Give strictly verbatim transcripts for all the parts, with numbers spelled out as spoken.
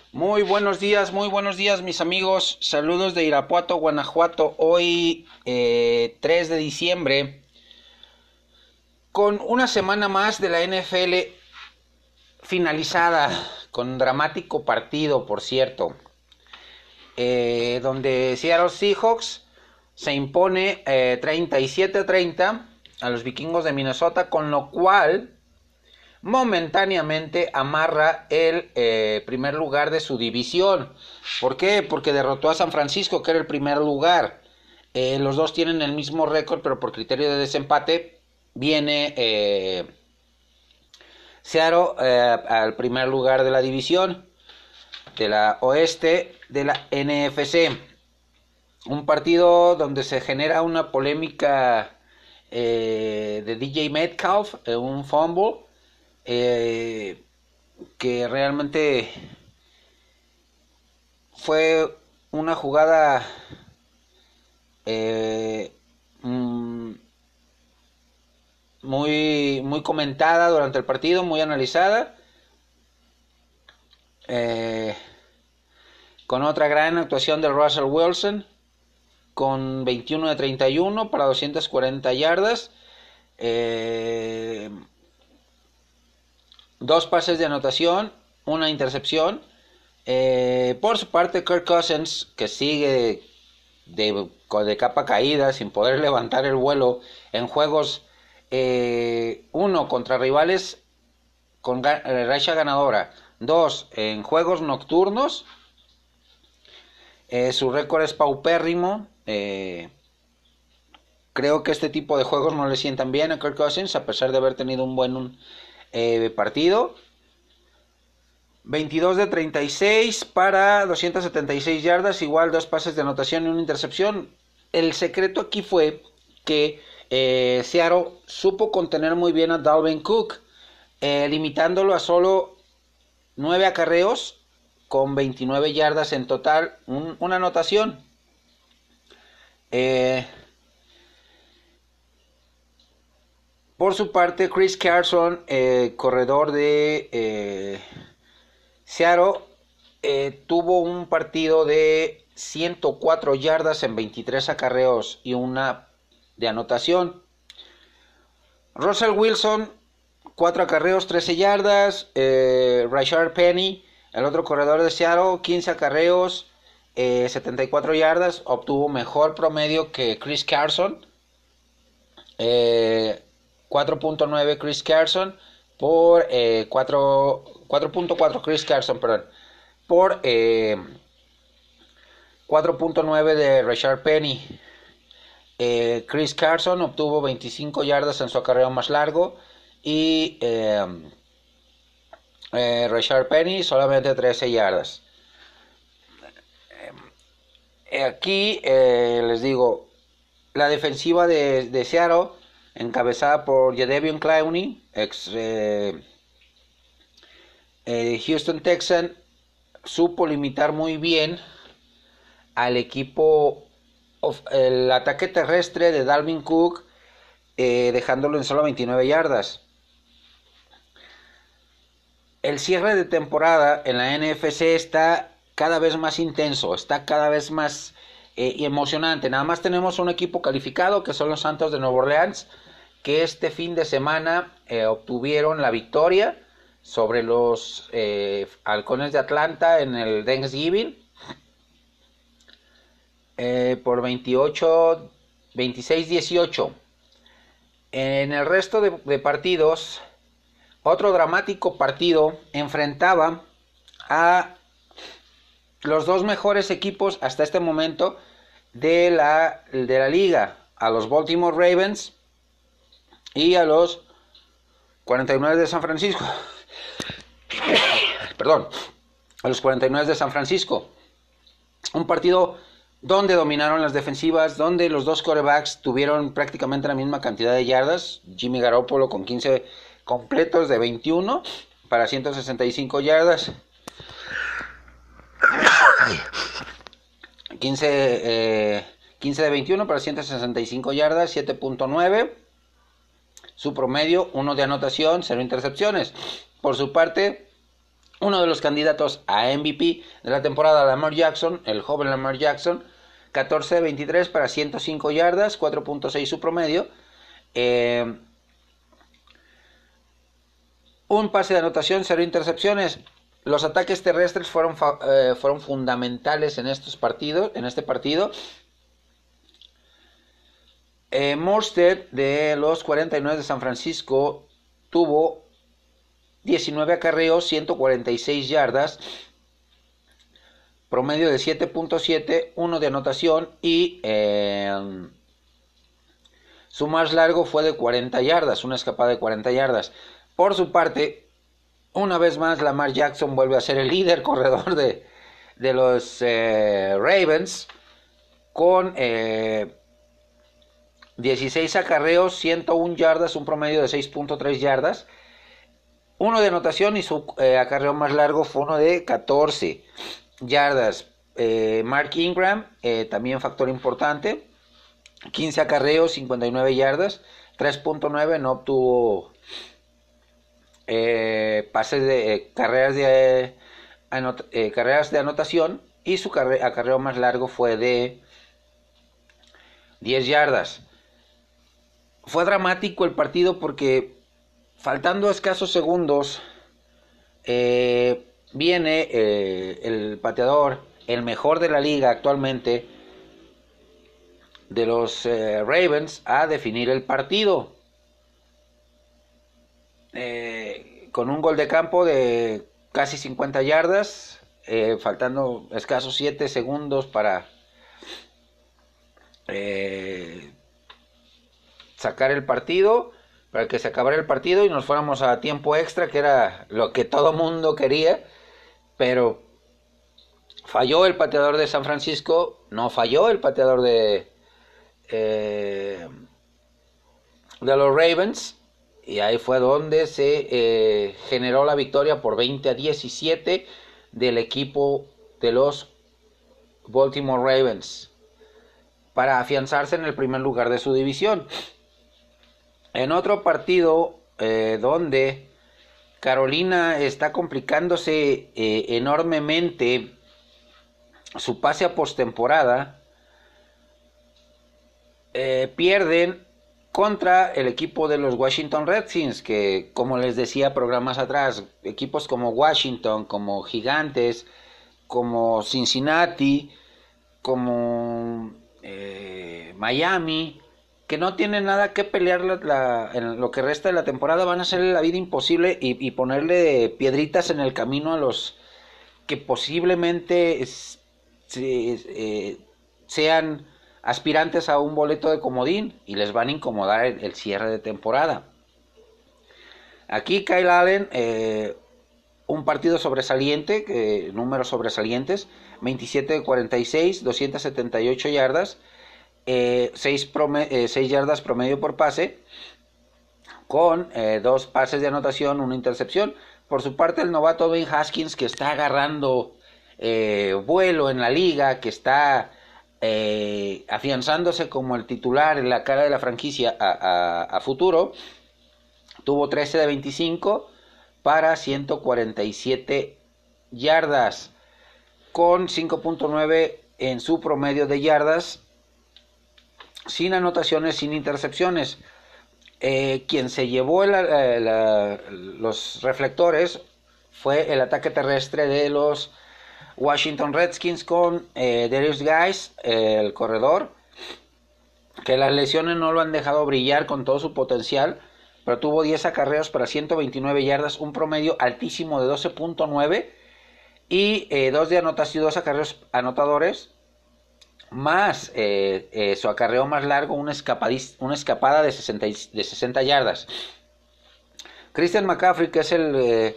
Muy buenos días, muy buenos días mis amigos. Saludos de Irapuato, Guanajuato. Hoy eh, tres de diciembre, con una semana más de la N F L finalizada, con dramático partido, por cierto, eh, donde Seattle Seahawks se impone eh, treinta y siete a treinta a los Vikingos de Minnesota, con lo cual momentáneamente amarra el eh, primer lugar de su división. ¿Por qué? Porque derrotó a San Francisco, que era el primer lugar. Eh, los dos tienen el mismo récord, pero por criterio de desempate viene eh, Seattle eh, al primer lugar de la división de la oeste de la N F C. Un partido donde se genera una polémica eh, de D J Metcalf, eh, un fumble Eh, que realmente fue una jugada eh, mm, muy, muy comentada durante el partido, muy analizada, eh, con otra gran actuación de Russell Wilson, con veintiuno de treinta y uno para doscientas cuarenta yardas, eh, dos pases de anotación, una intercepción. Eh, por su parte, Kirk Cousins, que sigue de, de capa caída, sin poder levantar el vuelo en juegos, eh, uno, contra rivales con racha ganadora, dos, en juegos nocturnos. Eh, su récord es paupérrimo. Eh, creo que este tipo de juegos no le sientan bien a Kirk Cousins, a pesar de haber tenido un buen un, eh, partido. veintidós de treinta y seis para doscientas setenta y seis yardas, igual dos pases de anotación y una intercepción. El secreto aquí fue que eh, Seattle supo contener muy bien a Dalvin Cook, eh, limitándolo a solo nueve acarreos con veintinueve yardas en total, un, una anotación. Eh, por su parte, Chris Carson, eh, corredor de eh, Seattle, eh, tuvo un partido de ciento cuatro yardas en veintitrés acarreos y una de anotación. Russell Wilson, cuatro acarreos, trece yardas. Eh, Rashard Penny, el otro corredor de Seattle, quince acarreos, eh, setenta y cuatro yardas. Obtuvo mejor promedio que Chris Carson. Eh, cuatro punto nueve Chris Carson por eh, cuatro punto cuatro Chris Carson, perdón, por eh, cuatro punto nueve de Rashard Penny. Eh, Chris Carson obtuvo veinticinco yardas en su acarreo más largo y eh, eh, Rashard Penny solamente trece yardas. Eh, aquí eh, les digo, la defensiva de, de Seattle, encabezada por Jadeveon Clowney, ex eh, eh, Houston Texan, supo limitar muy bien al equipo, of, el ataque terrestre de Dalvin Cook, eh, dejándolo en solo veintinueve yardas. El cierre de temporada en la N F C está cada vez más intenso, está cada vez más eh, emocionante. Nada más tenemos un equipo calificado, que son los Santos de Nueva Orleans, que este fin de semana eh, obtuvieron la victoria sobre los eh, Halcones de Atlanta en el Thanksgiving eh, por veintiocho, veintiséis dieciocho. En el resto de, de partidos, otro dramático partido enfrentaba a los dos mejores equipos hasta este momento de la, de la liga, a los Baltimore Ravens y a los cuarenta y nueve de San Francisco. Perdón, a los cuarenta y nueve de San Francisco. Un partido donde dominaron las defensivas, donde los dos quarterbacks tuvieron prácticamente la misma cantidad de yardas. Jimmy Garoppolo con quince completos de veintiuno para ciento sesenta y cinco yardas. quince, eh, quince de veintiuno para ciento sesenta y cinco yardas, siete punto nueve. Su promedio, uno de anotación, cero intercepciones. Por su parte, Uno de los candidatos a M V P de la temporada, Lamar Jackson, el joven Lamar Jackson, catorce de veintitrés para ciento cinco yardas, cuatro punto seis su promedio. Eh, un pase de anotación, cero intercepciones. Los ataques terrestres fueron, eh, fueron fundamentales en estos partidos, en este partido. Eh, Morstead de los cuarenta y nueve de San Francisco tuvo diecinueve acarreos, ciento cuarenta y seis yardas, promedio de siete punto siete, uno de anotación y eh, su más largo fue de cuarenta yardas, una escapada de cuarenta yardas. Por su parte, una vez más Lamar Jackson vuelve a ser el líder corredor de, de los eh, Ravens con eh, dieciséis acarreos, ciento una yardas, un promedio de seis punto tres yardas, uno de anotación y su eh, acarreo más largo fue uno de catorce yardas. Eh, Mark Ingram, eh, también factor importante, quince acarreos, cincuenta y nueve yardas, tres punto nueve, no obtuvo eh, pases de eh, carreras de anot eh, carreras de anotación y su acarreo más largo fue de diez yardas. Fue dramático el partido porque faltando escasos segundos eh, viene eh, el pateador, el mejor de la liga actualmente, de los eh, Ravens, a definir el partido. Eh, con un gol de campo de casi cincuenta yardas, eh, faltando escasos siete segundos para eh, sacar el partido, para que se acabara el partido y nos fuéramos a tiempo extra, que era lo que todo mundo quería, pero falló el pateador de San Francisco, no falló el pateador de eh, de los Ravens, y ahí fue donde se eh, generó la victoria por veinte a diecisiete del equipo de los Baltimore Ravens para afianzarse en el primer lugar de su división. En otro partido eh, donde Carolina está complicándose eh, enormemente su pase a postemporada, eh, pierden contra el equipo de los Washington Redskins, que, como les decía programas atrás, equipos como Washington, como Gigantes, como Cincinnati, como eh, Miami, que no tienen nada que pelear la, la, en lo que resta de la temporada, van a hacerle la vida imposible y, y ponerle piedritas en el camino a los que posiblemente es, se, eh, sean aspirantes a un boleto de comodín y les van a incomodar el, el cierre de temporada. Aquí Kyle Allen, eh, un partido sobresaliente, eh, números sobresalientes, veintisiete de cuarenta y seis, doscientas setenta y ocho yardas, eh, seis, eh, seis yardas promedio por pase, con eh, dos pases de anotación, una intercepción. Por su parte, el novato Dwayne Haskins, que está agarrando eh, vuelo en la liga, que está eh, afianzándose como el titular en la cara de la franquicia a, a, a futuro, tuvo trece de veinticinco para ciento cuarenta y siete yardas, con cinco punto nueve en su promedio de yardas, sin anotaciones, sin intercepciones. Eh, quien se llevó la, la, la, los reflectores fue el ataque terrestre de los Washington Redskins con eh, Darius Guice, eh, el corredor, que las lesiones no lo han dejado brillar con todo su potencial, pero tuvo diez acarreos para ciento veintinueve yardas, un promedio altísimo de doce punto nueve y eh, dos de anotación, dos acarreos anotadores, más eh, eh, su acarreo más largo, una, una escapada de sesenta, de sesenta yardas. Christian McCaffrey, que es el eh,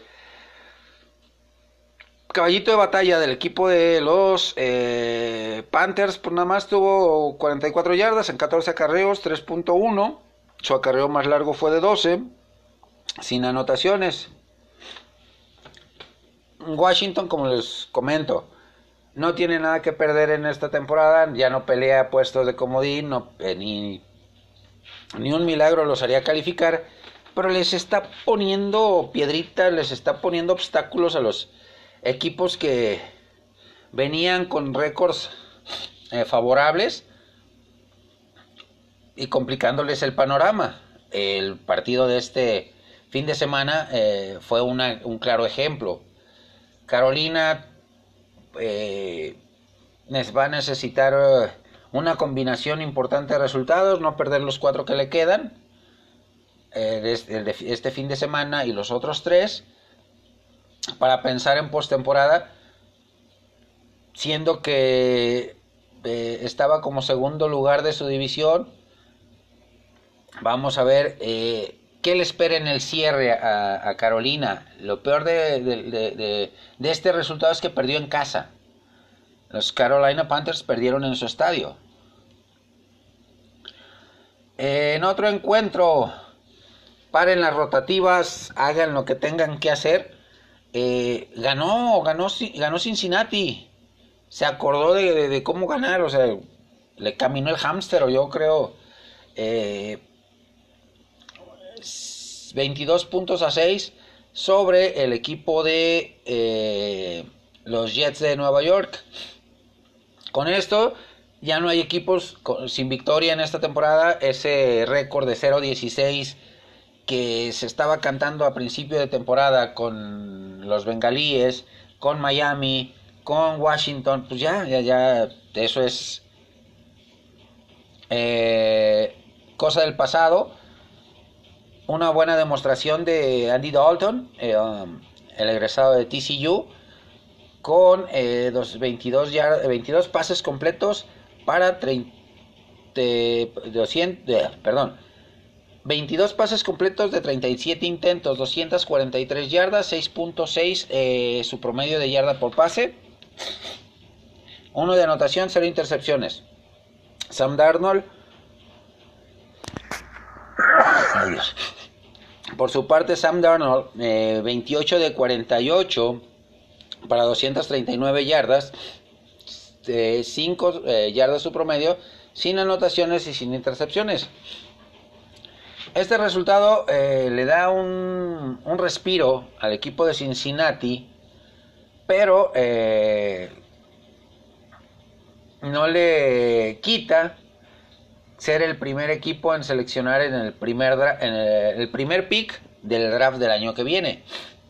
caballito de batalla del equipo de los eh, Panthers, pues nada más tuvo cuarenta y cuatro yardas en catorce acarreos, tres punto uno. Su acarreo más largo fue de doce, sin anotaciones. Washington, como les comento, no tiene nada que perder en esta temporada, ya no pelea puestos de comodín, no, eh, ni, ni un milagro los haría calificar, pero les está poniendo piedritas, les está poniendo obstáculos a los equipos que venían con récords eh, favorables y complicándoles el panorama. El partido de este fin de semana eh, fue una, un claro ejemplo. Carolina eh, va a necesitar eh, una combinación importante de resultados, no perder los cuatro que le quedan eh, de este, de este fin de semana y los otros tres, para pensar en postemporada, siendo que eh, estaba como segundo lugar de su división. Vamos a ver eh, qué le espera en el cierre a, a Carolina. Lo peor de, de, de, de, de este resultado es que perdió en casa. Los Carolina Panthers perdieron en su estadio. En otro encuentro, paren las rotativas, hagan lo que tengan que hacer. Eh, ganó, ganó, ganó Cincinnati. Se acordó de, de, de cómo ganar, o sea, le caminó el hámster, yo creo. Eh, veintidós puntos a seis sobre el equipo de eh, los Jets de Nueva York. Con esto ya no hay equipos con, sin victoria en esta temporada. Ese récord de cero dieciséis que se estaba cantando a principio de temporada con los bengalíes, con Miami, con Washington, pues ya, ya, ya, eso es eh, cosa del pasado. Una buena demostración de Andy Dalton, eh, um, el egresado de T C U, con eh, dos, veintidós, yard, veintidós pases completos para treinta, doscientos, eh, perdón, veintidós pases completos de treinta y siete intentos, doscientas cuarenta y tres yardas, seis punto seis eh, su promedio de yarda por pase, uno de anotación, cero intercepciones. Sam Darnold, ay Dios. Por su parte, Sam Darnold, eh, veintiocho de cuarenta y ocho para doscientas treinta y nueve yardas, eh, cinco eh, yardas su promedio, sin anotaciones y sin intercepciones. Este resultado eh, le da un, un respiro al equipo de Cincinnati, pero eh, no le quita ser el primer equipo en seleccionar en el primer, en el, el primer pick del draft del año que viene.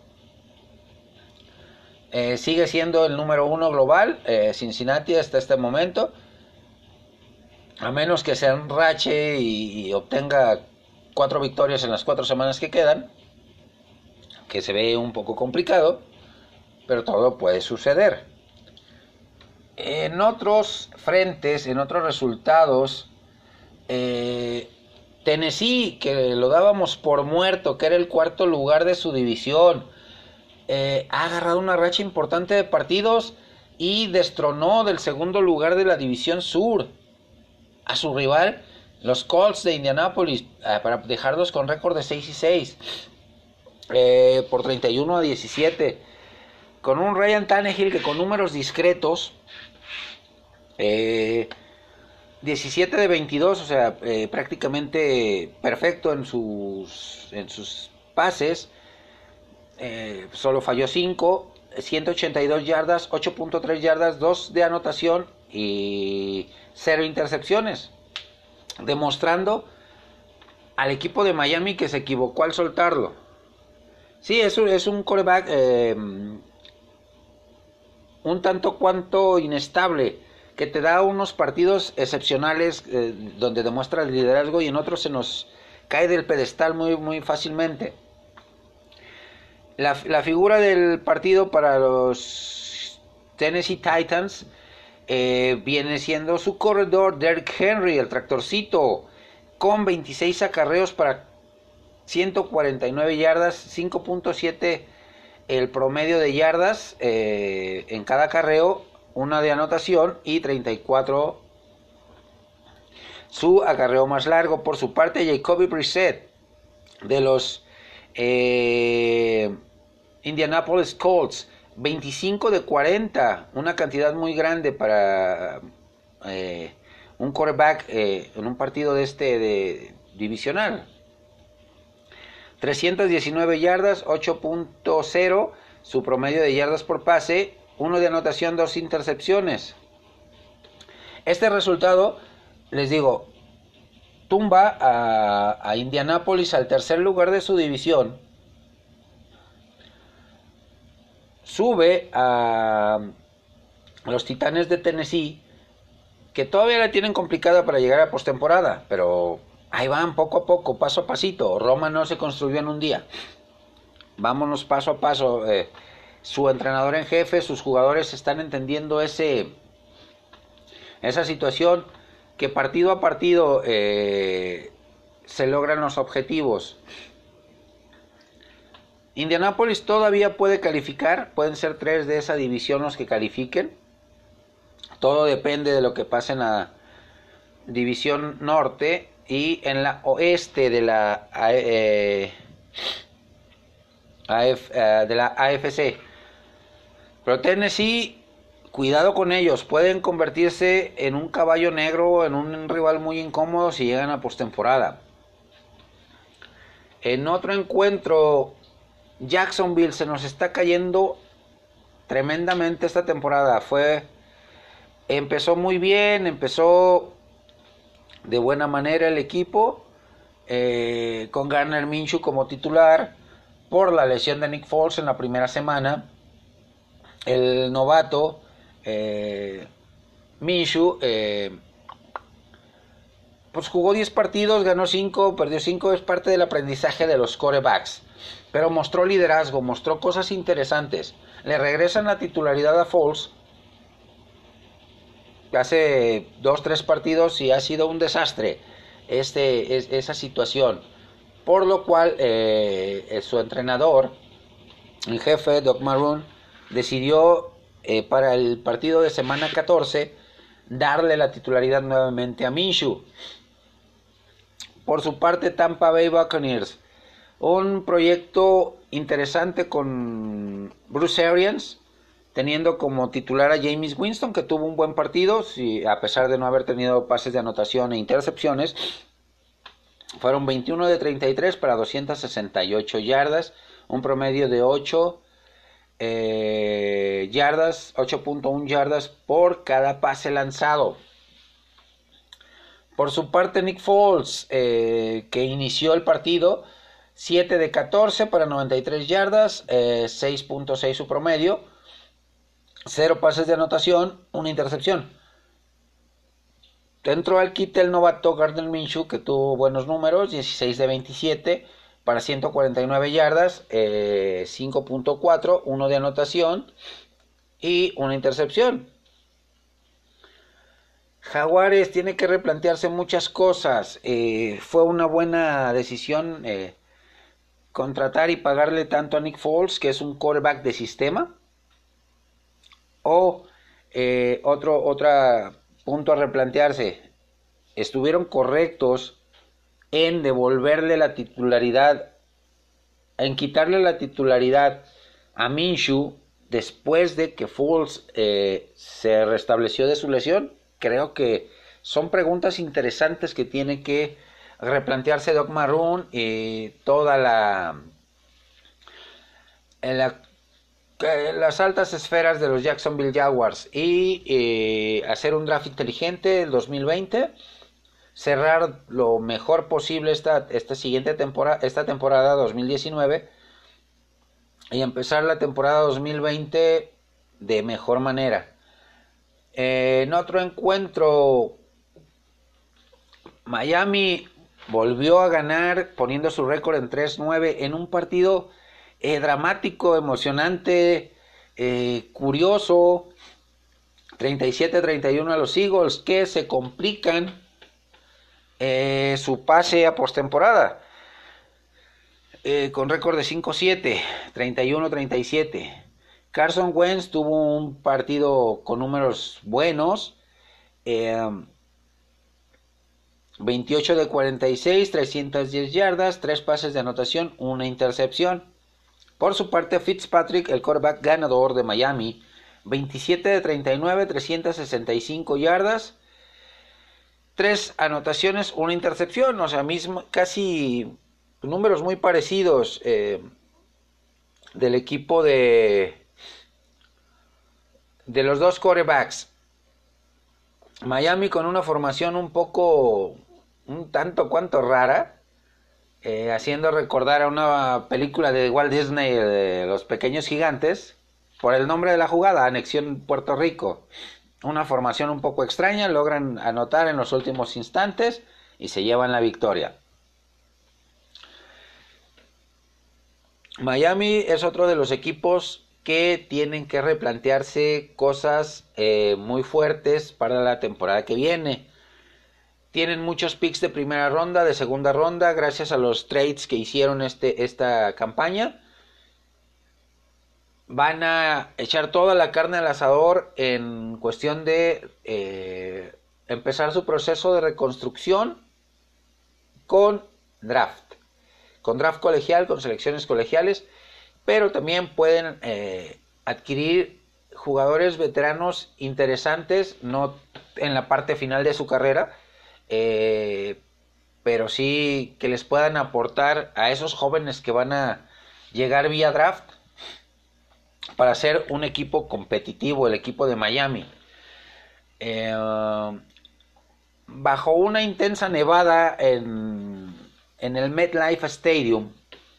Eh, sigue siendo el número uno global, eh, Cincinnati hasta este momento, a menos que se enrache y, y obtenga cuatro victorias en las cuatro semanas que quedan, que se ve un poco complicado, pero todo puede suceder. En otros frentes, en otros resultados, eh, Tennessee, que lo dábamos por muerto, que era el cuarto lugar de su división, eh, ha agarrado una racha importante de partidos y destronó del segundo lugar de la división sur a su rival, los Colts de Indianápolis, eh, para dejarlos con récord de seis y seis, eh, por treinta y uno a diecisiete, con un Ryan Tannehill que con números discretos, eh, diecisiete de veintidós, o sea, eh, prácticamente perfecto en sus, en sus pases, eh, solo falló cinco, ciento ochenta y dos yardas, ocho punto tres yardas, dos de anotación y cero intercepciones, demostrando al equipo de Miami que se equivocó al soltarlo. Sí, es un, es un quarterback eh, un tanto cuanto inestable, que te da unos partidos excepcionales eh, donde demuestra el liderazgo y en otros se nos cae del pedestal muy, muy fácilmente. La, la figura del partido para los Tennessee Titans eh, viene siendo su corredor Derrick Henry, el tractorcito, con veintiséis acarreos para ciento cuarenta y nueve yardas, cinco punto siete el promedio de yardas eh, en cada acarreo, una de anotación y treinta y cuatro su acarreo más largo. Por su parte, Jacoby Brissett de los eh, Indianapolis Colts, veinticinco de cuarenta, una cantidad muy grande para eh, un quarterback eh, en un partido de este de divisional. trescientas diecinueve yardas, ocho punto cero su promedio de yardas por pase, uno de anotación, dos intercepciones. Este resultado, les digo, tumba a, a Indianapolis al tercer lugar de su división. Sube a los Titanes de Tennessee, que todavía la tienen complicada para llegar a postemporada, pero ahí van poco a poco, paso a pasito. Roma no se construyó en un día. Vámonos paso a paso. Eh, su entrenador en jefe, sus jugadores están entendiendo ese, esa situación, que partido a partido eh, se logran los objetivos. Indianapolis todavía puede calificar, pueden ser tres de esa división los que califiquen. Todo depende de lo que pase en la división norte y en la oeste de la eh, Af, eh, de la A F C. Pero Tennessee, cuidado con ellos, pueden convertirse en un caballo negro, en un rival muy incómodo si llegan a postemporada. En otro encuentro, Jacksonville se nos está cayendo tremendamente esta temporada. Fue, empezó muy bien, empezó de buena manera el equipo, eh, con Gardner Minshew como titular por la lesión de Nick Foles en la primera semana. El novato eh, Minshew eh, pues jugó diez partidos, ganó cinco, perdió cinco. Es parte del aprendizaje de los quarterbacks, pero mostró liderazgo, mostró cosas interesantes. Le regresan la titularidad a Foles hace dos, tres partidos y ha sido un desastre este, es, esa situación, por lo cual eh, su entrenador en jefe, Doug Marrone, decidió eh, para el partido de semana catorce darle la titularidad nuevamente a Minshew. Por su parte, Tampa Bay Buccaneers, un proyecto interesante con Bruce Arians, teniendo como titular a Jameis Winston, que tuvo un buen partido, sí, a pesar de no haber tenido pases de anotación e intercepciones. Fueron veintiuno de treinta y tres para doscientas sesenta y ocho yardas, un promedio de ocho eh, yardas, ocho punto uno yardas por cada pase lanzado. Por su parte, Nick Foles, eh, que inició el partido, siete de catorce para noventa y tres yardas, eh, seis punto seis su promedio, cero pases de anotación, una intercepción. Entró al quite el novato Gardner Minshew, que tuvo buenos números, dieciséis de veintisiete para ciento cuarenta y nueve yardas, eh, cinco punto cuatro, uno de anotación y una intercepción. Jaguares tiene que replantearse muchas cosas. Eh, fue una buena decisión eh, contratar y pagarle tanto a Nick Foles, que es un quarterback de sistema. O eh, otro otra punto a replantearse, estuvieron correctos en devolverle la titularidad, en quitarle la titularidad a Minshew después de que Foles eh, se restableció de su lesión. Creo que son preguntas interesantes que tiene que replantearse Doug Marrone y toda la, la las altas esferas de los Jacksonville Jaguars, y eh, hacer un draft inteligente el dos mil veinte, cerrar lo mejor posible esta, esta siguiente temporada, esta temporada dos mil diecinueve, y empezar la temporada dos mil veinte de mejor manera. Eh, en otro encuentro, Miami volvió a ganar, poniendo su récord en tres nueve en un partido Eh, dramático, emocionante, eh, curioso. Treinta y siete a treinta y uno a los Eagles, que se complican eh, su pase a postemporada, eh, con récord de cinco siete, treinta y uno a treinta y siete. Carson Wentz tuvo un partido con números buenos, eh, veintiocho de cuarenta y seis, trescientas diez yardas, tres pases de anotación, una intercepción. Por su parte, Fitzpatrick, el quarterback ganador de Miami, veintisiete de treinta y nueve, trescientas sesenta y cinco yardas, tres anotaciones, una intercepción. O sea, mismo, casi números muy parecidos eh, del equipo de, de los dos quarterbacks. Miami con una formación un poco, un tanto cuanto rara, eh, haciendo recordar a una película de Walt Disney de Los Pequeños Gigantes, por el nombre de la jugada, anexión Puerto Rico. Una formación un poco extraña, logran anotar en los últimos instantes y se llevan la victoria. Miami es otro de los equipos que tienen que replantearse cosas eh, muy fuertes para la temporada que viene. Tienen muchos picks de primera ronda, de segunda ronda, gracias a los trades que hicieron este, esta campaña. Van a echar toda la carne al asador en cuestión de eh, empezar su proceso de reconstrucción con draft. Con draft colegial, con selecciones colegiales, pero también pueden eh, adquirir jugadores veteranos interesantes, no en la parte final de su carrera, eh, pero sí que les puedan aportar a esos jóvenes que van a llegar vía draft para ser un equipo competitivo, el equipo de Miami. Eh, bajo una intensa nevada en, en el MetLife Stadium,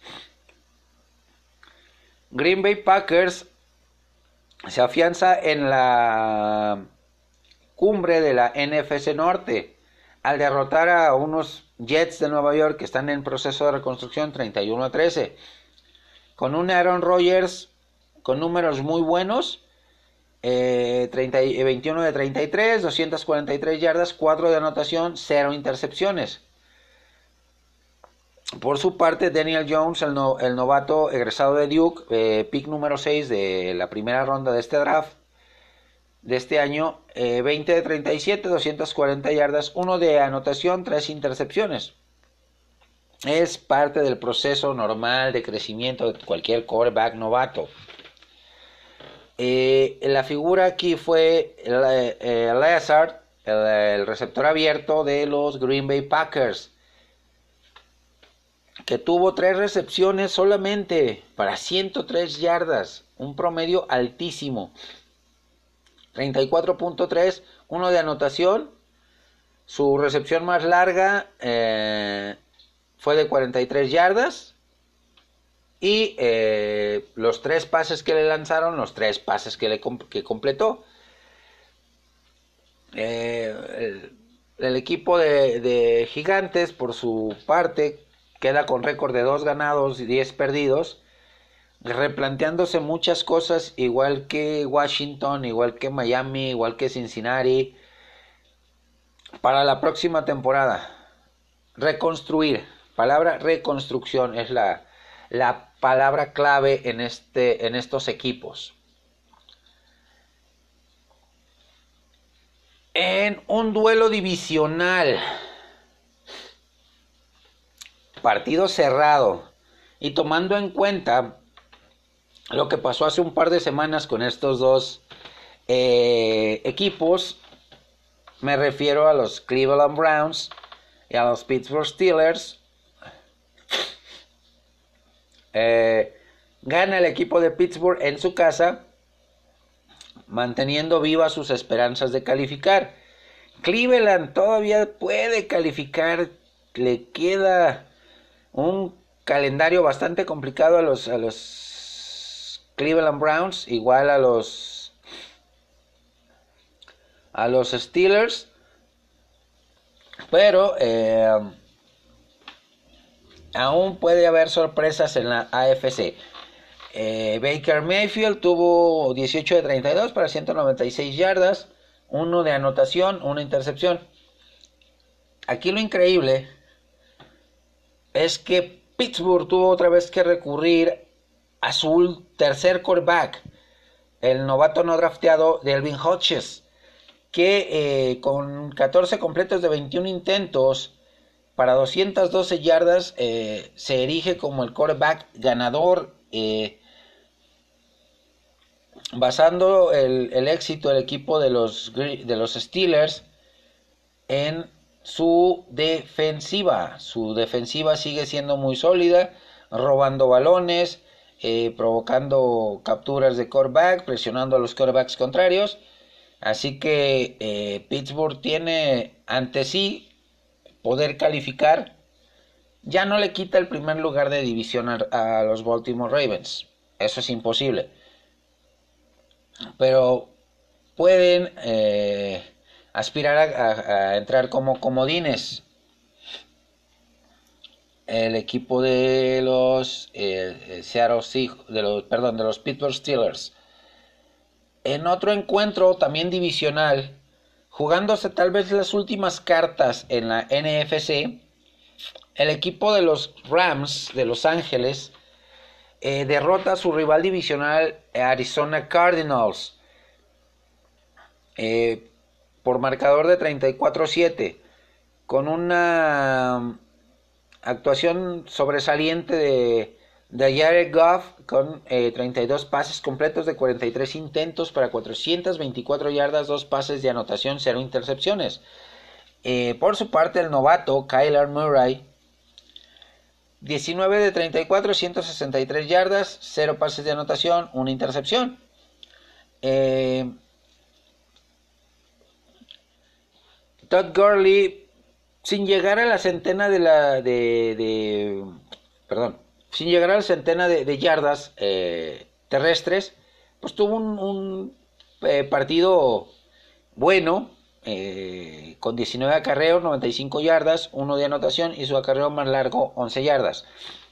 Green Bay Packers se afianza en la cumbre de la N F C Norte al derrotar a unos Jets de Nueva York que están en proceso de reconstrucción treinta y uno a trece. Con un Aaron Rodgers con números muy buenos, eh, treinta, veintiuno de treinta y tres, doscientas cuarenta y tres yardas, cuatro de anotación, cero intercepciones. Por su parte, Daniel Jones, el, no, el novato egresado de Duke, eh, pick número seis de la primera ronda de este draft de este año, eh, veinte de treinta y siete, doscientas cuarenta yardas, uno de anotación, tres intercepciones. Es parte del proceso normal de crecimiento de cualquier quarterback novato. Eh, la figura aquí fue el, eh, Lazard, el, el receptor abierto de los Green Bay Packers, que tuvo tres recepciones solamente para ciento tres yardas, un promedio altísimo, treinta y cuatro punto tres, uno de anotación. Su recepción más larga eh, fue de cuarenta y tres yardas. Y eh, los tres pases que le lanzaron, los tres pases que le comp- que completó. Eh, el, el equipo de, de Gigantes, por su parte, queda con récord de dos ganados y diez perdidos, replanteándose muchas cosas, igual que Washington, igual que Miami, igual que Cincinnati, para la próxima temporada. Reconstruir, palabra reconstrucción es la, la palabra clave en, este, en estos equipos. En un duelo divisional, partido cerrado, y tomando en cuenta lo que pasó hace un par de semanas con estos dos eh, equipos, me refiero a los Cleveland Browns y a los Pittsburgh Steelers. Eh, gana el equipo de Pittsburgh en su casa, manteniendo vivas sus esperanzas de calificar. Cleveland todavía puede calificar, le queda un calendario bastante complicado a los, a los Cleveland Browns, igual a los a los Steelers, pero eh, aún puede haber sorpresas en la A F C. Eh, Baker Mayfield tuvo dieciocho de treinta y dos para ciento noventa y seis yardas, uno de anotación, una intercepción. Aquí lo increíble es que Pittsburgh tuvo otra vez que recurrir a su tercer quarterback, el novato no drafteado Delvin Hodges, que eh, con catorce completos de veintiún intentos para doscientas doce yardas eh, se erige como el quarterback ganador, eh, basando el, el éxito del equipo de los, de los Steelers en su defensiva. Su defensiva sigue siendo muy sólida, robando balones, eh, provocando capturas de quarterback, presionando a los quarterbacks contrarios. Así que eh, Pittsburgh tiene ante sí poder calificar. Ya no le quita el primer lugar de división a, a los Baltimore Ravens. Eso es imposible. Pero pueden eh, aspirar a, a, a entrar como comodines. El equipo de los eh, Seattle Seahawks, de los, perdón, de los Pittsburgh Steelers. En otro encuentro también divisional, jugándose tal vez las últimas cartas en la N F C, el equipo de los Rams de Los Ángeles eh, derrota a su rival divisional Arizona Cardinals eh, por marcador de treinta y cuatro a siete, con una actuación sobresaliente de, de Jared Goff con eh, treinta y dos pases completos de cuarenta y tres intentos para cuatrocientas veinticuatro yardas, dos pases de anotación, cero intercepciones. Eh, por su parte, el novato Kyler Murray, diecinueve de treinta y cuatro, ciento sesenta y tres yardas, cero pases de anotación, una intercepción. Eh, Todd Gurley, sin llegar a la centena de la de, de perdón, sin llegar a la centena de, de yardas eh, terrestres, pues tuvo un, un eh, partido bueno, eh, con diecinueve acarreos, noventa y cinco yardas, uno de anotación y su acarreo más largo, once yardas.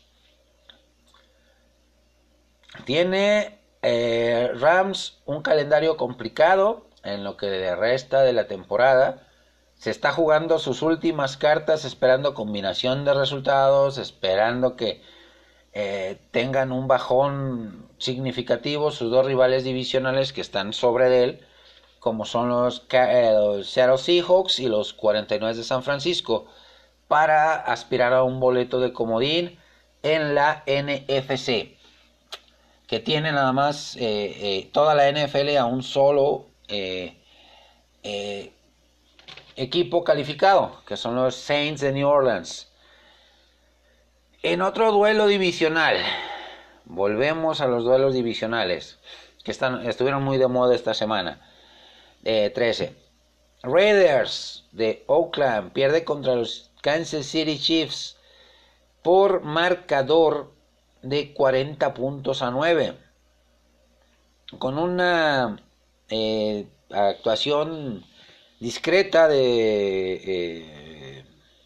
Tiene eh, Rams un calendario complicado en lo que resta de la temporada. Se está jugando sus últimas cartas, esperando combinación de resultados, esperando que eh, tengan un bajón significativo sus dos rivales divisionales que están sobre de él, como son los, eh, los Seattle Seahawks y los cuarenta y nueve de San Francisco, para aspirar a un boleto de comodín en la N F C, que tiene nada más eh, eh, toda la N F L a un solo eh, eh, equipo calificado, que son los Saints de New Orleans. En otro duelo divisional, volvemos a los duelos divisionales, que están, estuvieron muy de moda esta semana. Eh, trece. Raiders de Oakland pierde contra los Kansas City Chiefs por marcador de cuarenta puntos a nueve, con una eh, actuación discreta de eh,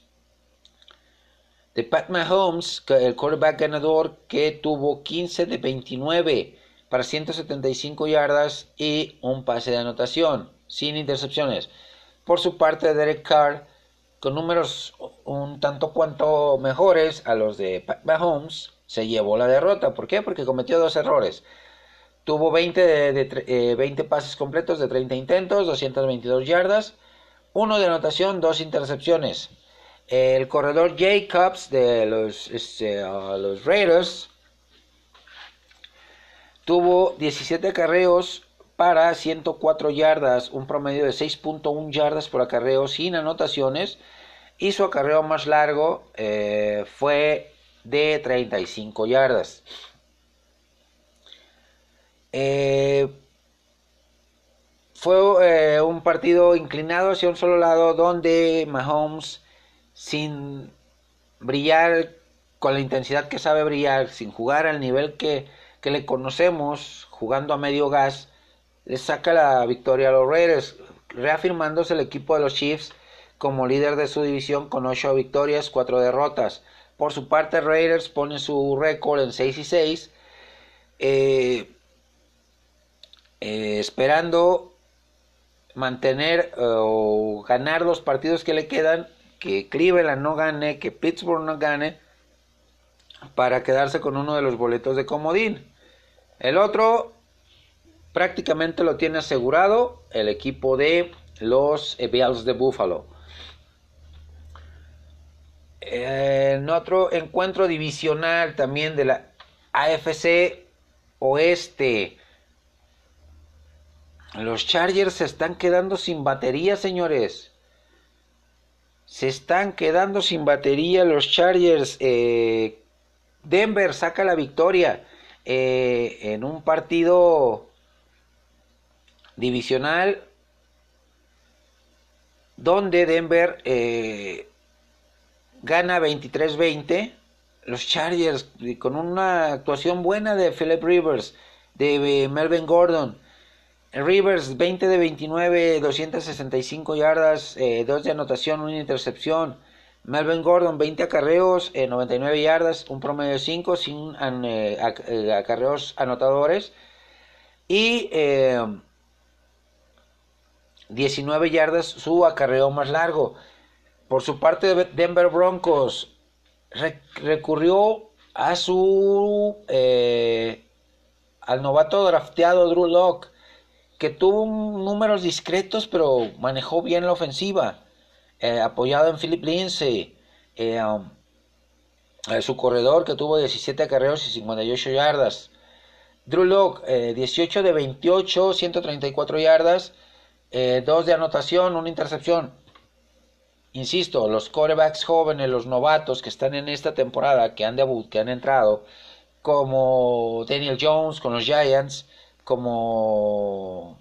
de Pat Mahomes, el quarterback ganador, que tuvo quince de veintinueve para ciento setenta y cinco yardas y un pase de anotación, sin intercepciones. Por su parte, Derek Carr, con números un tanto cuanto mejores a los de Pat Mahomes, se llevó la derrota. ¿Por qué? Porque cometió dos errores. Tuvo veinte, de, de, eh, veinte pases completos de treinta intentos, doscientas veintidós yardas, uno de anotación, dos intercepciones. El corredor Jacobs de los, este, uh, los Raiders tuvo diecisiete acarreos para ciento cuatro yardas, un promedio de seis punto uno yardas por acarreo sin anotaciones, y su acarreo más largo eh, fue de treinta y cinco yardas. Eh, fue eh, un partido inclinado hacia un solo lado, donde Mahomes, sin brillar con la intensidad que sabe brillar, sin jugar al nivel que, que le conocemos, jugando a medio gas, le saca la victoria a los Raiders, reafirmándose el equipo de los Chiefs como líder de su división con ocho victorias, cuatro derrotas. Por su parte, Raiders pone su récord en seis y seis, eh, eh, esperando mantener eh, o ganar los partidos que le quedan, que Cleveland no gane, que Pittsburgh no gane, para quedarse con uno de los boletos de comodín. El otro prácticamente lo tiene asegurado el equipo de los Bills de Buffalo. En otro encuentro divisional también de la A F C Oeste, los Chargers se están quedando sin batería, señores. Se están quedando sin batería los Chargers. Eh, Denver saca la victoria eh, en un partido divisional donde Denver eh, gana veintitrés veinte. Los Chargers con una actuación buena de Philip Rivers, de Melvin Gordon. Rivers veinte de veintinueve, doscientas sesenta y cinco yardas, eh, dos de anotación, una intercepción. Melvin Gordon veinte acarreos, eh, noventa y nueve yardas, un promedio de cinco sin eh, acarreos anotadores. Y eh, diecinueve yardas su acarreo más largo. Por su parte, Denver Broncos rec recurrió a su eh, al novato drafteado Drew Lock, que tuvo números discretos pero manejó bien la ofensiva, eh, apoyado en Philip Lindsay, eh, um, eh, su corredor, que tuvo diecisiete acarreos y cincuenta y ocho yardas. Drew Lock, eh, dieciocho de veintiocho, ciento treinta y cuatro yardas, eh, dos de anotación, una intercepción. Insisto, los quarterbacks jóvenes, los novatos que están en esta temporada, que han debut, que han entrado, como Daniel Jones con los Giants, como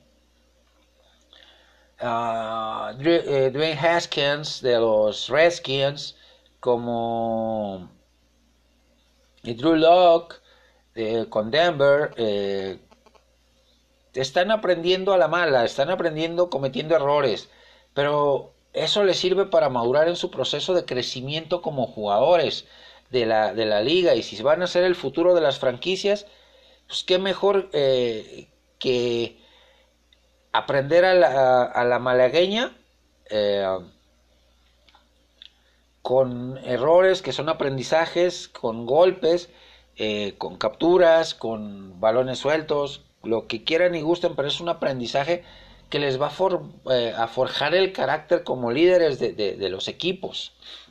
uh, Dwayne Haskins de los Redskins, como Drew Lock eh, con Denver, eh, están aprendiendo a la mala, están aprendiendo cometiendo errores, pero eso les sirve para madurar en su proceso de crecimiento como jugadores de la, de la liga, y si van a ser el futuro de las franquicias, pues qué mejor eh, que aprender a la, a la malagueña eh, con errores que son aprendizajes, con golpes, eh, con capturas, con balones sueltos, lo que quieran y gusten, pero es un aprendizaje que les va a, for, eh, a forjar el carácter como líderes de, de, de los equipos.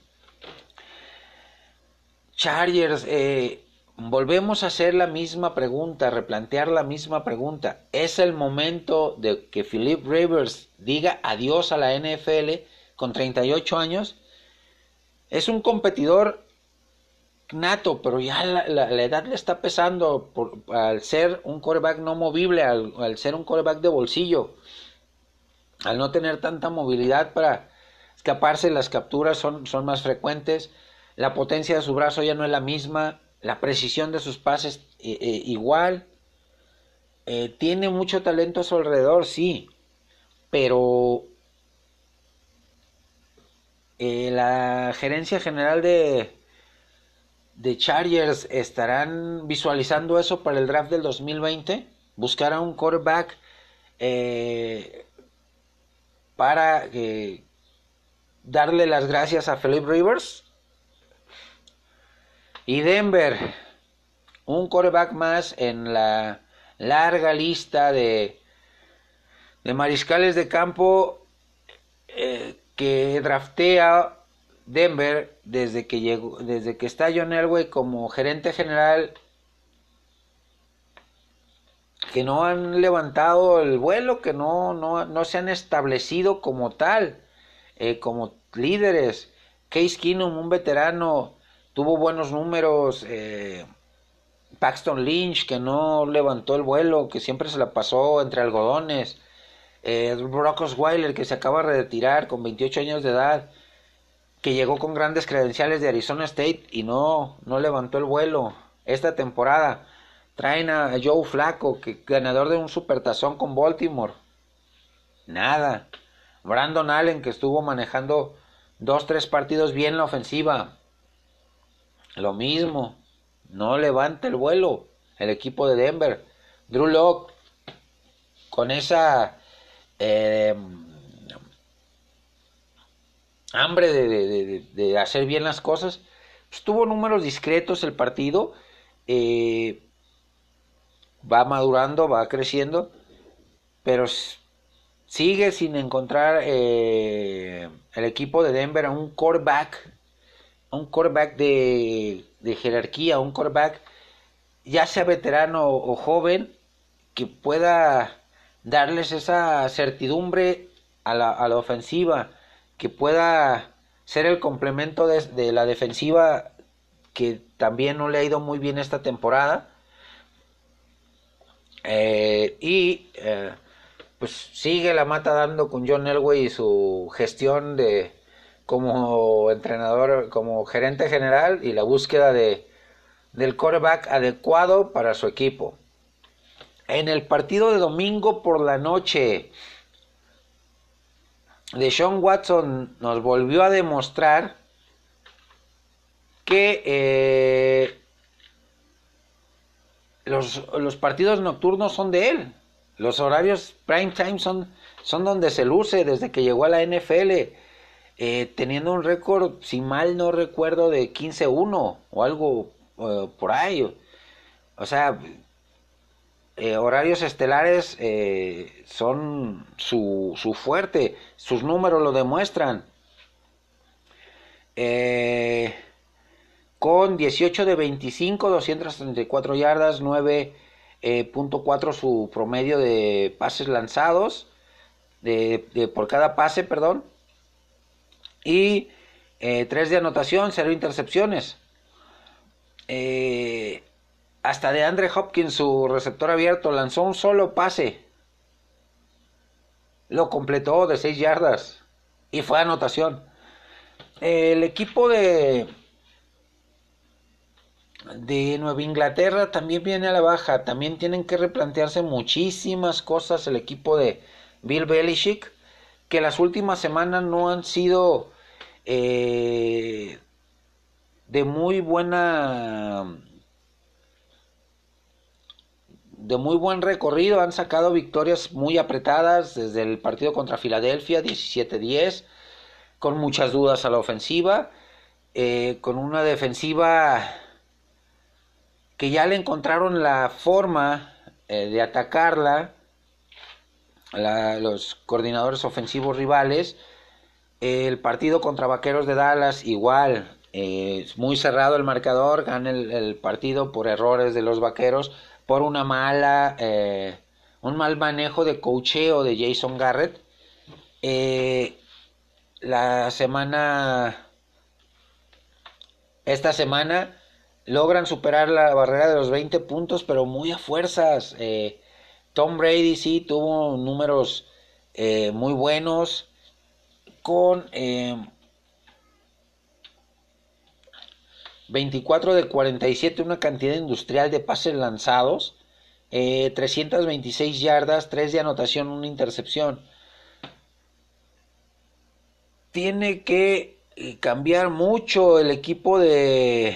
Chargers, eh, volvemos a hacer la misma pregunta, replantear la misma pregunta. ¿Es el momento de que Philip Rivers diga adiós a la N F L con treinta y ocho años? Es un competidor nato, pero ya la, la, la edad le está pesando por, al ser un quarterback no movible, al, al ser un quarterback de bolsillo, al no tener tanta movilidad para escaparse. Las capturas son, son más frecuentes, la potencia de su brazo ya no es la misma, la precisión de sus pases eh, eh, igual. Eh, tiene mucho talento a su alrededor, sí, pero eh, la gerencia general de, de Chargers estarán visualizando eso para el draft del dos mil veinte, buscar a un quarterback eh, para eh, darle las gracias a Philip Rivers. Y Denver, un quarterback más en la larga lista de, de mariscales de campo eh, que draftea Denver desde que llegó, desde que está John Elway como gerente general, que no han levantado el vuelo, que no, no, no se han establecido como tal, eh, como líderes. Case Keenum, un veterano, tuvo buenos números. eh, Paxton Lynch, que no levantó el vuelo, que siempre se la pasó entre algodones. eh, Brock Osweiler, que se acaba de retirar con veintiocho años de edad, que llegó con grandes credenciales de Arizona State y no, no levantó el vuelo esta temporada. Traen a Joe Flacco, que ganador de un supertazón con Baltimore, nada. Brandon Allen, que estuvo manejando dos, tres partidos bien la ofensiva, lo mismo, no levanta el vuelo el equipo de Denver. Drew Lock, con esa eh, hambre de, de, de, de hacer bien las cosas, pues tuvo números discretos el partido, eh, va madurando, va creciendo, pero sigue sin encontrar eh, el equipo de Denver a un quarterback, un quarterback de, de jerarquía, un quarterback ya sea veterano o joven, que pueda darles esa certidumbre a la, a la ofensiva, que pueda ser el complemento de, de la defensiva que también no le ha ido muy bien esta temporada. Eh, y eh, pues sigue la mata dando con John Elway y su gestión de como entrenador, como gerente general, y la búsqueda de del quarterback adecuado para su equipo. En el partido de domingo por la noche, Deshaun Watson nos volvió a demostrar que eh, los, los partidos nocturnos son de él. Los horarios prime time son, son donde se luce desde que llegó a la N F L, eh, teniendo un récord, si mal no recuerdo, de quince uno o algo eh, por ahí. O sea, eh, horarios estelares eh, son su, su fuerte, sus números lo demuestran. Eh, con dieciocho de veinticinco, doscientas treinta y cuatro yardas, nueve punto cuatro su promedio de pases lanzados, de, de por cada pase, perdón, y eh, tres de anotación, cero intercepciones. Eh, hasta de Andre Hopkins, su receptor abierto, lanzó un solo pase, lo completó de seis yardas y fue anotación. El equipo de de Nueva Inglaterra también viene a la baja. También tienen que replantearse muchísimas cosas el equipo de Bill Belichick, que las últimas semanas no han sido eh, de muy buena de muy buen recorrido. Han sacado victorias muy apretadas desde el partido contra Filadelfia, diecisiete diez, con muchas dudas a la ofensiva, eh, con una defensiva que ya le encontraron la forma eh, de atacarla, la, los coordinadores ofensivos rivales. El partido contra Vaqueros de Dallas igual, eh, muy cerrado el marcador, gana el, el partido por errores de los Vaqueros, por una mala, eh, un mal manejo de coacheo de Jason Garrett. Eh, la semana, esta semana logran superar la barrera de los veinte puntos, pero muy a fuerzas. Eh, Tom Brady sí tuvo números eh, muy buenos, con eh, veinticuatro de cuarenta y siete, una cantidad industrial de pases lanzados, eh, trescientas veintiséis yardas, tres de anotación, una intercepción. Tiene que cambiar mucho el equipo de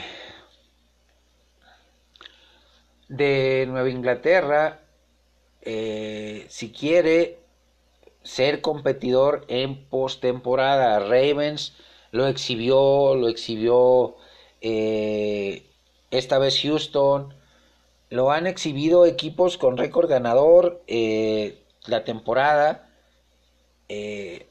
de Nueva Inglaterra eh, si quiere ser competidor en postemporada. Ravens lo exhibió, lo exhibió eh, esta vez Houston, lo han exhibido equipos con récord ganador eh, la temporada. Eh,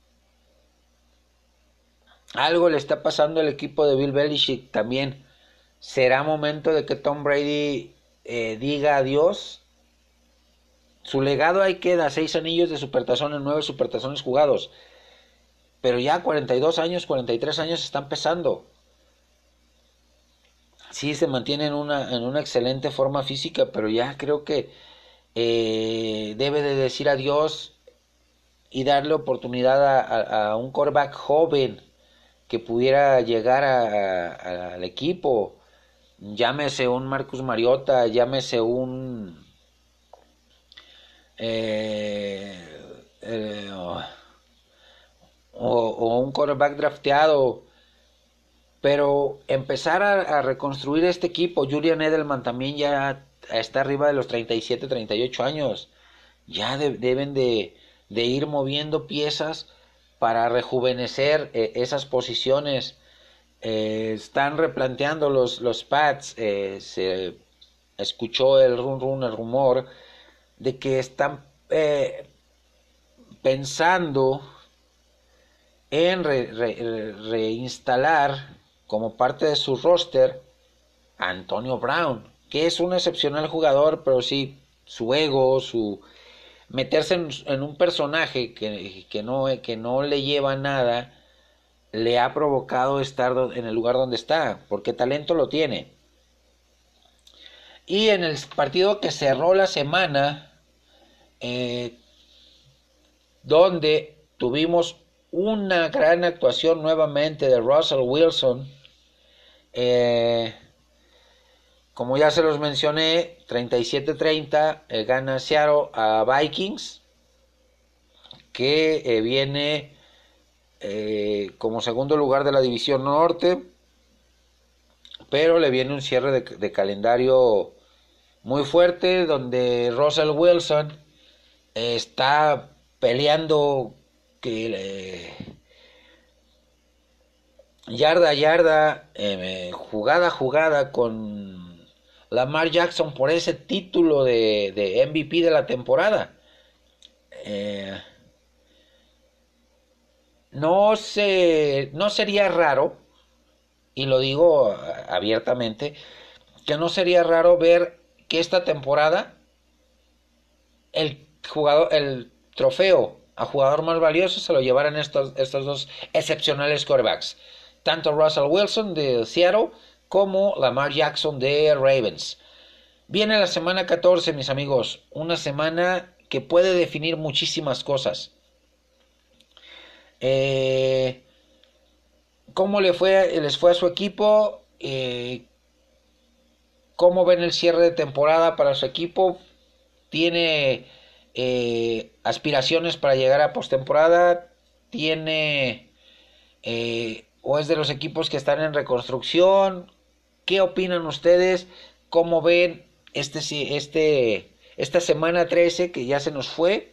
algo le está pasando al equipo de Bill Belichick también. Será momento de que Tom Brady eh, diga adiós. Su legado ahí queda, seis anillos de supertazón en nueve supertazones jugados, pero ya cuarenta y dos años, cuarenta y tres años están pesando. Sí se mantiene en una, en una excelente forma física, pero ya creo que eh, debe de decir adiós y darle oportunidad a, a, a un quarterback joven que pudiera llegar a, a, al equipo. Llámese un Marcus Mariota, llámese un eh, eh, o, o un quarterback drafteado, pero empezar a, a reconstruir este equipo. Julian Edelman también ya está arriba de los treinta y siete, treinta y ocho años. Ya de, deben de, de ir moviendo piezas para rejuvenecer eh, esas posiciones. Eh, están replanteando los, los Pats. Eh, se escuchó el run run, el rumor de que están eh, pensando en re, re, reinstalar como parte de su roster a Antonio Brown, que es un excepcional jugador, pero sí su ego, su meterse en, en un personaje que, que, no, que no le lleva nada, le ha provocado estar en el lugar donde está, porque talento lo tiene. Y en el partido que cerró la semana, eh, donde tuvimos una gran actuación nuevamente de Russell Wilson, eh, como ya se los mencioné, treinta y siete treinta, eh, gana Seattle a Vikings, que eh, viene eh, como segundo lugar de la división norte, pero le viene un cierre de, de calendario muy fuerte, donde Russell Wilson eh, está peleando que eh, yarda a yarda, eh, jugada a jugada con Lamar Jackson por ese título de, de M V P de la temporada. Eh, no se, no sería raro, y lo digo abiertamente, que no sería raro ver que esta temporada el jugador, el trofeo a jugador más valioso se lo llevaran estos, estos dos excepcionales quarterbacks, tanto Russell Wilson de Seattle como Lamar Jackson de Ravens. Viene la semana catorce, mis amigos, una semana que puede definir muchísimas cosas. Eh, ¿Cómo le fue, les fue a su equipo? Eh, ¿Cómo ven el cierre de temporada para su equipo? ¿Tiene eh, aspiraciones para llegar a postemporada? ¿Tiene eh, o es de los equipos que están en reconstrucción? ¿Qué opinan ustedes? ¿Cómo ven este, este, esta semana trece que ya se nos fue?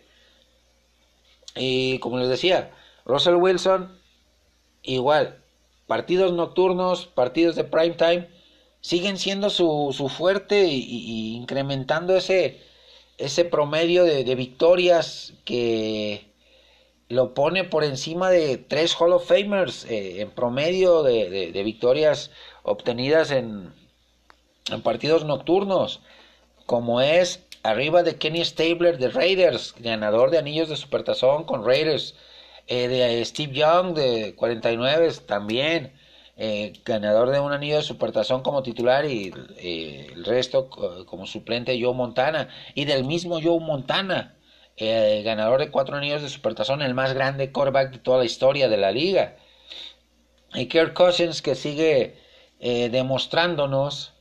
Y como les decía, Russell Wilson, igual, partidos nocturnos, partidos de prime time, siguen siendo su, su fuerte y, y incrementando ese, ese promedio de, de victorias que lo pone por encima de tres Hall of Famers eh, en promedio de, de, de victorias obtenidas en, en partidos nocturnos, como es arriba de Kenny Stabler de Raiders, ganador de anillos de Supertazón con Raiders, eh, de Steve Young de cuarenta y nueve también, eh, ganador de un anillo de Supertazón como titular y eh, el resto uh, como suplente Joe Montana, y del mismo Joe Montana, eh, ganador de cuatro anillos de Supertazón, el más grande quarterback de toda la historia de la liga. Y Kirk Cousins, que sigue eh, demostrándonos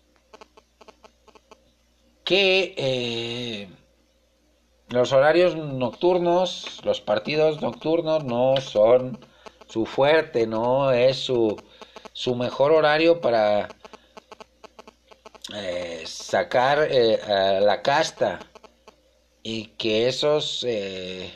que eh, los horarios nocturnos, los partidos nocturnos no son su fuerte, no es su, su mejor horario para eh, sacar eh, a la casta, y que esos eh,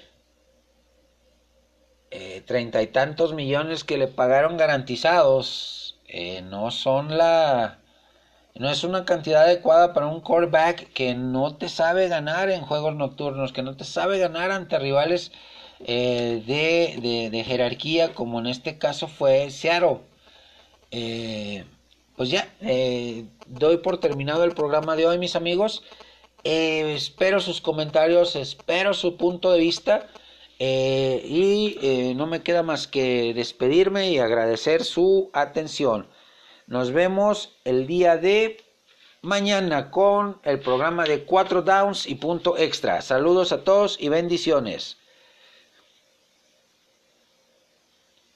eh, treinta y tantos millones que le pagaron garantizados eh, no son la... No es una cantidad adecuada para un quarterback que no te sabe ganar en juegos nocturnos, que no te sabe ganar ante rivales eh, de, de, de jerarquía, como en este caso fue Seattle. Eh, pues ya, eh, doy por terminado el programa de hoy, mis amigos. Eh, espero sus comentarios, espero su punto de vista. Eh, y eh, no me queda más que despedirme y agradecer su atención. Nos vemos el día de mañana con el programa de cuatro downs y punto extra. Saludos a todos y bendiciones.